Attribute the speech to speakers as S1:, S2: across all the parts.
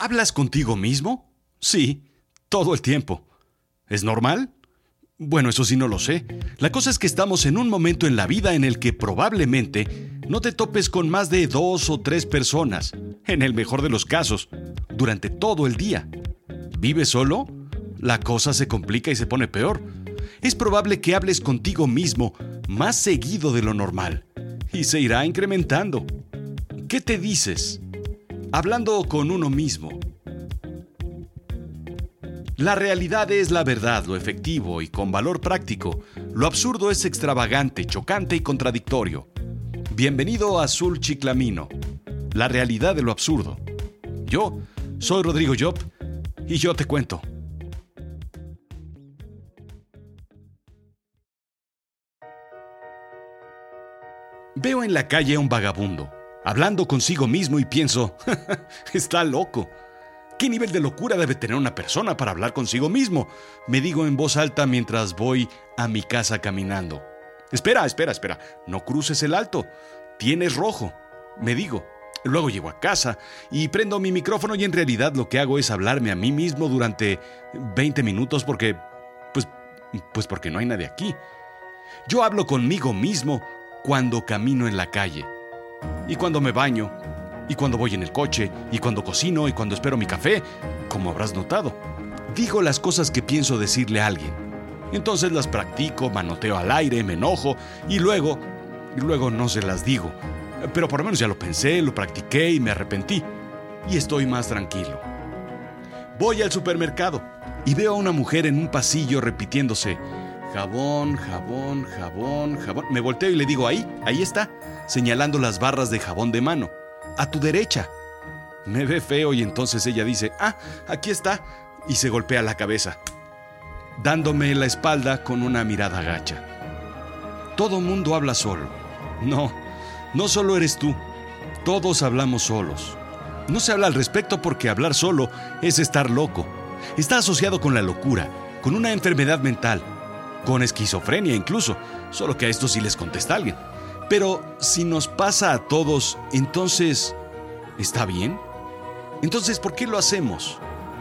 S1: ¿Hablas contigo mismo? Sí, todo el tiempo. ¿Es normal? Bueno, eso sí no lo sé. La cosa es que estamos en un momento en la vida en el que probablemente no te topes con más de 2 o 3 personas, en el mejor de los casos, durante todo el día. ¿Vives solo? La cosa se complica y se pone peor. Es probable que hables contigo mismo más seguido de lo normal y se irá incrementando. ¿Qué te dices? Hablando con uno mismo. La realidad es la verdad, lo efectivo y con valor práctico. Lo absurdo es extravagante, chocante y contradictorio. Bienvenido a Azul Chiclamino, la realidad de lo absurdo. Yo soy Rodrigo Job y yo te cuento. Veo en la calle a un vagabundo, hablando consigo mismo y pienso, está loco. ¿Qué nivel de locura debe tener una persona para hablar consigo mismo? Me digo en voz alta mientras voy a mi casa caminando. Espera, no cruces el alto. Tienes rojo, me digo. Luego llego a casa y prendo mi micrófono y en realidad lo que hago es hablarme a mí mismo durante 20 minutos porque no hay nadie aquí. Yo hablo conmigo mismo cuando camino en la calle y cuando me baño y cuando voy en el coche y cuando cocino y cuando espero mi café, como habrás notado. Digo las cosas que pienso decirle a alguien. Entonces las practico, manoteo al aire, me enojo y luego no se las digo. Pero por lo menos ya lo pensé, lo practiqué y me arrepentí. Y estoy más tranquilo. Voy al supermercado y veo a una mujer en un pasillo repitiéndose: jabón, jabón, jabón, jabón. Me volteo y le digo: ahí está, señalando las barras de jabón de mano. A tu derecha. Me ve feo y entonces ella dice: aquí está, y se golpea la cabeza, dándome la espalda con una mirada gacha. Todo mundo habla solo. No solo eres tú. Todos hablamos solos. No se habla al respecto porque hablar solo es estar loco. Está asociado con la locura, con una enfermedad mental, con esquizofrenia incluso, solo que a esto sí les contesta alguien. Pero si nos pasa a todos, entonces, ¿está bien? Entonces, ¿por qué lo hacemos?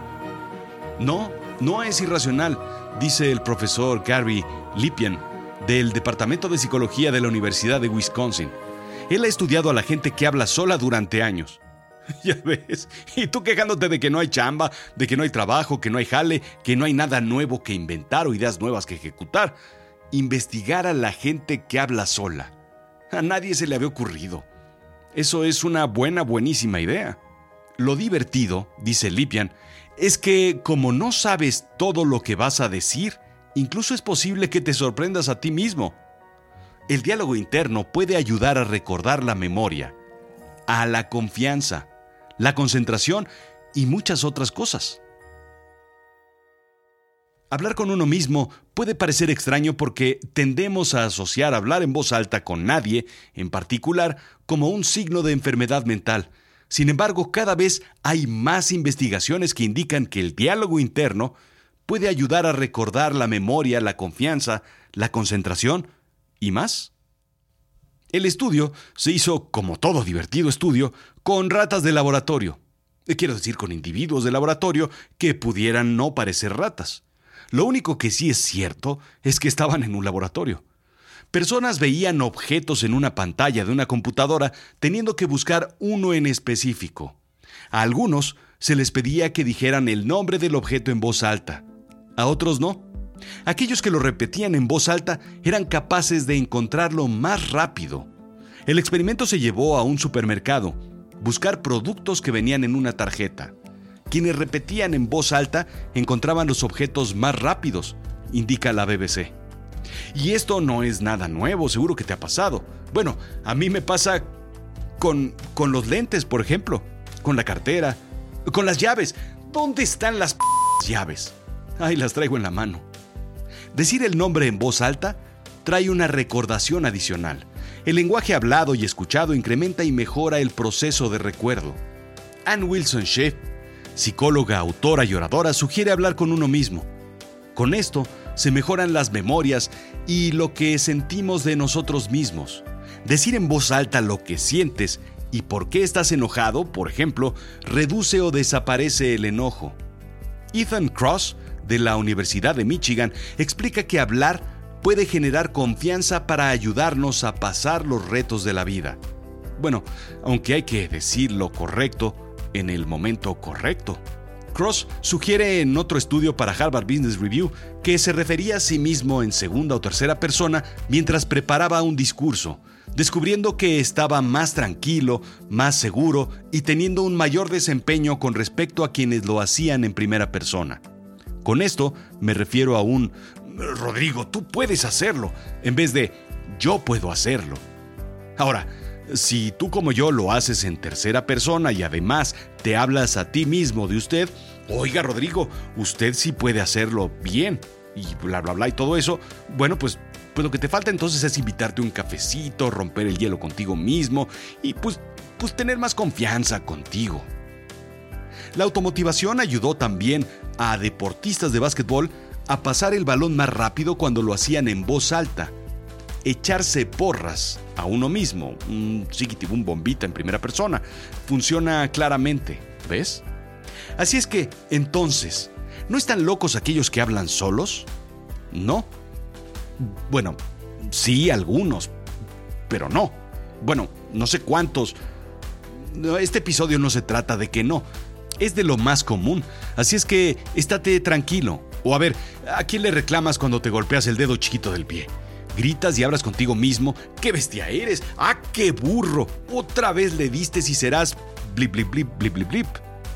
S1: No es irracional, dice el profesor Gary Lipien, del Departamento de Psicología de la Universidad de Wisconsin. Él ha estudiado a la gente que habla sola durante años. Ya ves, y tú quejándote de que no hay chamba, de que no hay trabajo, que no hay jale, que no hay nada nuevo que inventar o ideas nuevas que ejecutar. Investigar a la gente que habla sola. A nadie se le había ocurrido. Eso es una buenísima idea. Lo divertido, dice Lipien, es que como no sabes todo lo que vas a decir, incluso es posible que te sorprendas a ti mismo. El diálogo interno puede ayudar a recordar la memoria, a la confianza, la concentración y muchas otras cosas. Hablar con uno mismo puede parecer extraño porque tendemos a asociar hablar en voz alta con nadie, en particular, como un signo de enfermedad mental. Sin embargo, cada vez hay más investigaciones que indican que el diálogo interno puede ayudar a recordar la memoria, la confianza, la concentración y más. El estudio se hizo, como todo divertido estudio, con ratas de laboratorio. Quiero decir, con individuos de laboratorio que pudieran no parecer ratas. Lo único que sí es cierto es que estaban en un laboratorio. Personas veían objetos en una pantalla de una computadora teniendo que buscar uno en específico. A algunos se les pedía que dijeran el nombre del objeto en voz alta. A otros no. Aquellos que lo repetían en voz alta eran capaces de encontrarlo más rápido. El experimento se llevó a un supermercado, buscar productos que venían en una tarjeta. Quienes repetían en voz alta encontraban los objetos más rápidos, indica la BBC. Y esto no es nada nuevo, seguro que te ha pasado. Bueno, a mí me pasa con los lentes, por ejemplo, con la cartera, con las llaves. ¿Dónde están las llaves? Ahí las traigo en la mano. Decir el nombre en voz alta trae una recordación adicional. El lenguaje hablado y escuchado incrementa y mejora el proceso de recuerdo. Ann Wilson Schaef, psicóloga, autora y oradora, sugiere hablar con uno mismo. Con esto se mejoran las memorias y lo que sentimos de nosotros mismos. Decir en voz alta lo que sientes y por qué estás enojado, por ejemplo, reduce o desaparece el enojo. Ethan Kross, de la Universidad de Michigan, explica que hablar puede generar confianza para ayudarnos a pasar los retos de la vida. Bueno, aunque hay que decir lo correcto en el momento correcto. Kross sugiere en otro estudio para Harvard Business Review que se refería a sí mismo en segunda o tercera persona mientras preparaba un discurso, descubriendo que estaba más tranquilo, más seguro y teniendo un mayor desempeño con respecto a quienes lo hacían en primera persona. Con esto me refiero a un Rodrigo, tú puedes hacerlo, en vez de yo puedo hacerlo. Ahora, si tú como yo lo haces en tercera persona y además te hablas a ti mismo de usted, oiga Rodrigo, usted sí puede hacerlo bien y bla bla bla y todo eso, bueno pues lo que te falta entonces es invitarte un cafecito, romper el hielo contigo mismo y pues tener más confianza contigo. La automotivación ayudó también a deportistas de básquetbol a pasar el balón más rápido cuando lo hacían en voz alta. Echarse porras a uno mismo, un bombita en primera persona, funciona claramente, ¿ves? Así es que, entonces, ¿no están locos aquellos que hablan solos? ¿No? Bueno, sí, algunos, pero no. Bueno, no sé cuántos. Este episodio no se trata de que no, es de lo más común, así es que estate tranquilo. O a ver, ¿a quién le reclamas cuando te golpeas el dedo chiquito del pie? Gritas y hablas contigo mismo. ¡Qué bestia eres! ¡Ah, qué burro! Otra vez le diste y serás blip, blip, blip, blip, blip, blip.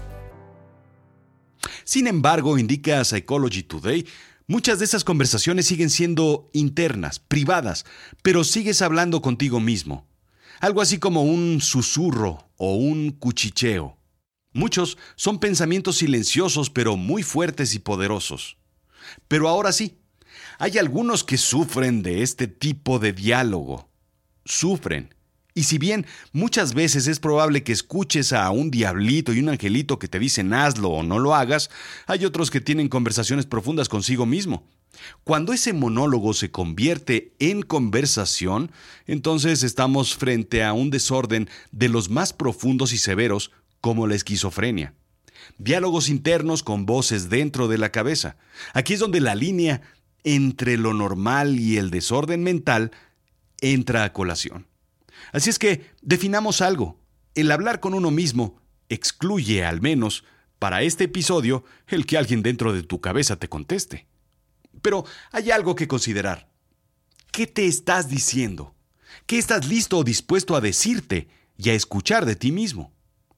S1: Sin embargo, indica Psychology Today, muchas de esas conversaciones siguen siendo internas, privadas, pero sigues hablando contigo mismo. Algo así como un susurro o un cuchicheo. Muchos son pensamientos silenciosos pero muy fuertes y poderosos. Pero ahora sí, hay algunos que sufren de este tipo de diálogo. Sufren. Y si bien muchas veces es probable que escuches a un diablito y un angelito que te dicen hazlo o no lo hagas, hay otros que tienen conversaciones profundas consigo mismo. Cuando ese monólogo se convierte en conversación, entonces estamos frente a un desorden de los más profundos y severos, como la esquizofrenia. Diálogos internos con voces dentro de la cabeza. Aquí es donde la línea entre lo normal y el desorden mental entra a colación. Así es que definamos algo. El hablar con uno mismo excluye, al menos para este episodio, el que alguien dentro de tu cabeza te conteste. Pero hay algo que considerar. ¿Qué te estás diciendo? ¿Qué estás listo o dispuesto a decirte y a escuchar de ti mismo?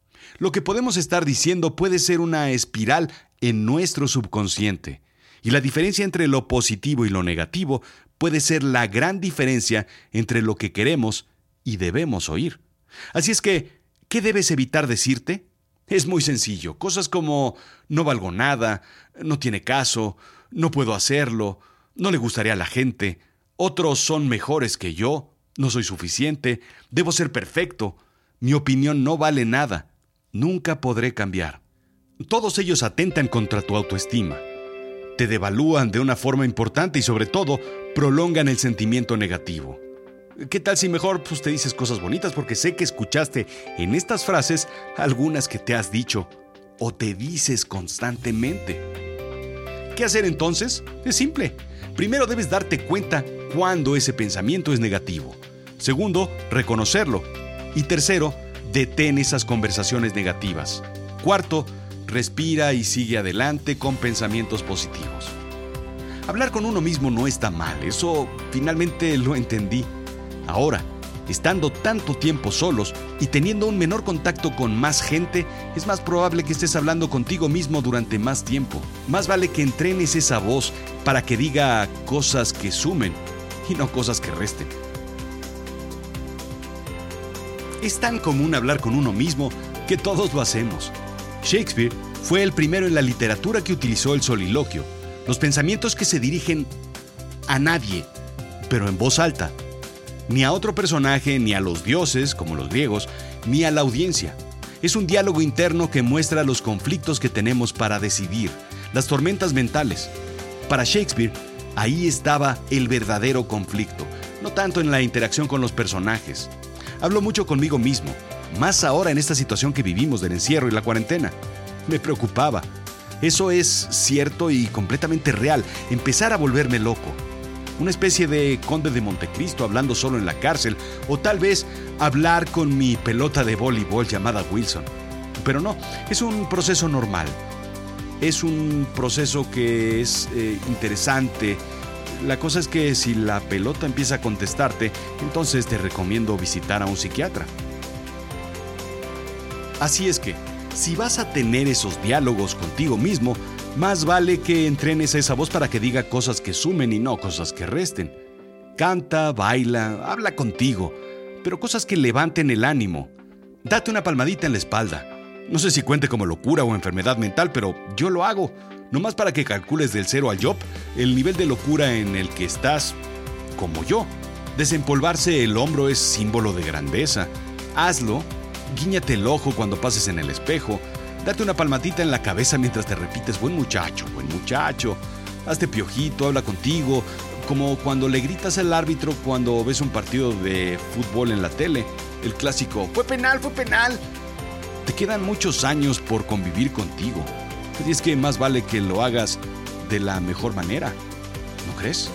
S1: Lo que podemos estar diciendo puede ser una espiral en nuestro subconsciente. Y la diferencia entre lo positivo y lo negativo puede ser la gran diferencia entre lo que queremos y debemos oír. Así es que, ¿qué debes evitar decirte? Es muy sencillo. Cosas como no valgo nada, no tiene caso, no puedo hacerlo, no le gustaría a la gente, otros son mejores que yo, no soy suficiente, debo ser perfecto, mi opinión no vale nada, nunca podré cambiar. Todos ellos atentan contra tu autoestima. Te devalúan de una forma importante y sobre todo prolongan el sentimiento negativo. ¿Qué tal si mejor te dices cosas bonitas? Porque sé que escuchaste en estas frases algunas que te has dicho o te dices constantemente. ¿Qué hacer entonces? Es simple. Primero debes darte cuenta cuando ese pensamiento es negativo. Segundo, reconocerlo. Y tercero, detén esas conversaciones negativas. Cuarto, respira y sigue adelante con pensamientos positivos. Hablar con uno mismo no está mal, eso finalmente lo entendí. Ahora, estando tanto tiempo solos y teniendo un menor contacto con más gente, es más probable que estés hablando contigo mismo durante más tiempo. Más vale que entrenes esa voz para que diga cosas que sumen y no cosas que resten. Es tan común hablar con uno mismo que todos lo hacemos. Shakespeare fue el primero en la literatura que utilizó el soliloquio, los pensamientos que se dirigen a nadie, pero en voz alta. Ni a otro personaje, ni a los dioses, como los griegos, ni a la audiencia. Es un diálogo interno que muestra los conflictos que tenemos para decidir, las tormentas mentales. Para Shakespeare, ahí estaba el verdadero conflicto, no tanto en la interacción con los personajes. Hablo mucho conmigo mismo. más ahora en esta situación que vivimos del encierro y la cuarentena. Me preocupaba. Eso es cierto y completamente real, empezar a volverme loco. Una especie de conde de Montecristo hablando solo en la cárcel, o tal vez hablar con mi pelota de voleibol llamada Wilson. Pero no, es un proceso normal. Es un proceso que es interesante. La cosa es que si la pelota empieza a contestarte, entonces te recomiendo visitar a un psiquiatra. Así es que, si vas a tener esos diálogos contigo mismo, más vale que entrenes a esa voz para que diga cosas que sumen y no cosas que resten. Canta, baila, habla contigo, pero cosas que levanten el ánimo. Date una palmadita en la espalda. No sé si cuente como locura o enfermedad mental, pero yo lo hago. Nomás para que calcules del 0 al Job el nivel de locura en el que estás, como yo. Desempolvarse el hombro es símbolo de grandeza. Hazlo. Guíñate el ojo cuando pases en el espejo. Date una palmadita en la cabeza mientras te repites, buen muchacho, buen muchacho. Hazte piojito, habla contigo, como cuando le gritas al árbitro cuando ves un partido de fútbol en la tele. El clásico, fue penal, fue penal. Te quedan muchos años por convivir contigo. Y es que más vale que lo hagas de la mejor manera, ¿no crees?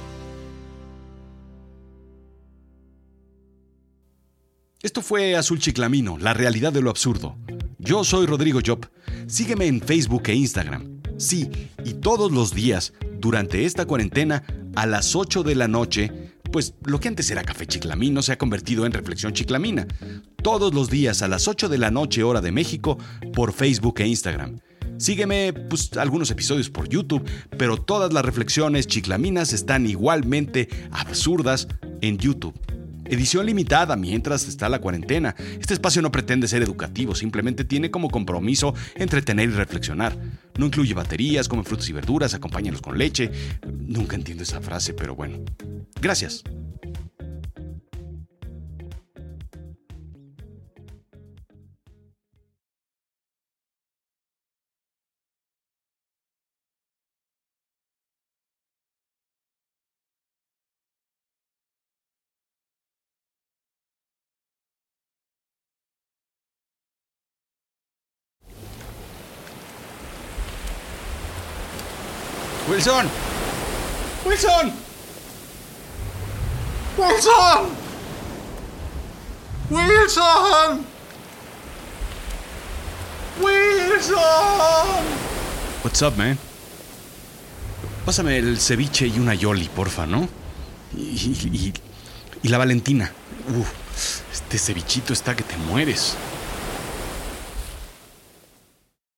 S1: Esto fue Azul Chiclamino, la realidad de lo absurdo. Yo soy Rodrigo Job. Sígueme en Facebook e Instagram. Sí, y todos los días, durante esta cuarentena, a las 8 de la noche, pues lo que antes era Café Chiclamino se ha convertido en Reflexión Chiclamina. Todos los días a las 8 de la noche, hora de México, por Facebook e Instagram. Sígueme, algunos episodios por YouTube, pero todas las reflexiones chiclaminas están igualmente absurdas en YouTube. Edición limitada mientras está la cuarentena. Este espacio no pretende ser educativo, simplemente tiene como compromiso entretener y reflexionar. No incluye baterías, come frutas y verduras, acompáñalos con leche. Nunca entiendo esa frase, pero bueno. Gracias. ¡Wilson! ¡Wilson! ¡Wilson! ¡Wilson! ¡Wilson! What's up, man? Pásame el ceviche y una yoli, porfa, ¿no? Y la Valentina. Este cevichito está que te mueres.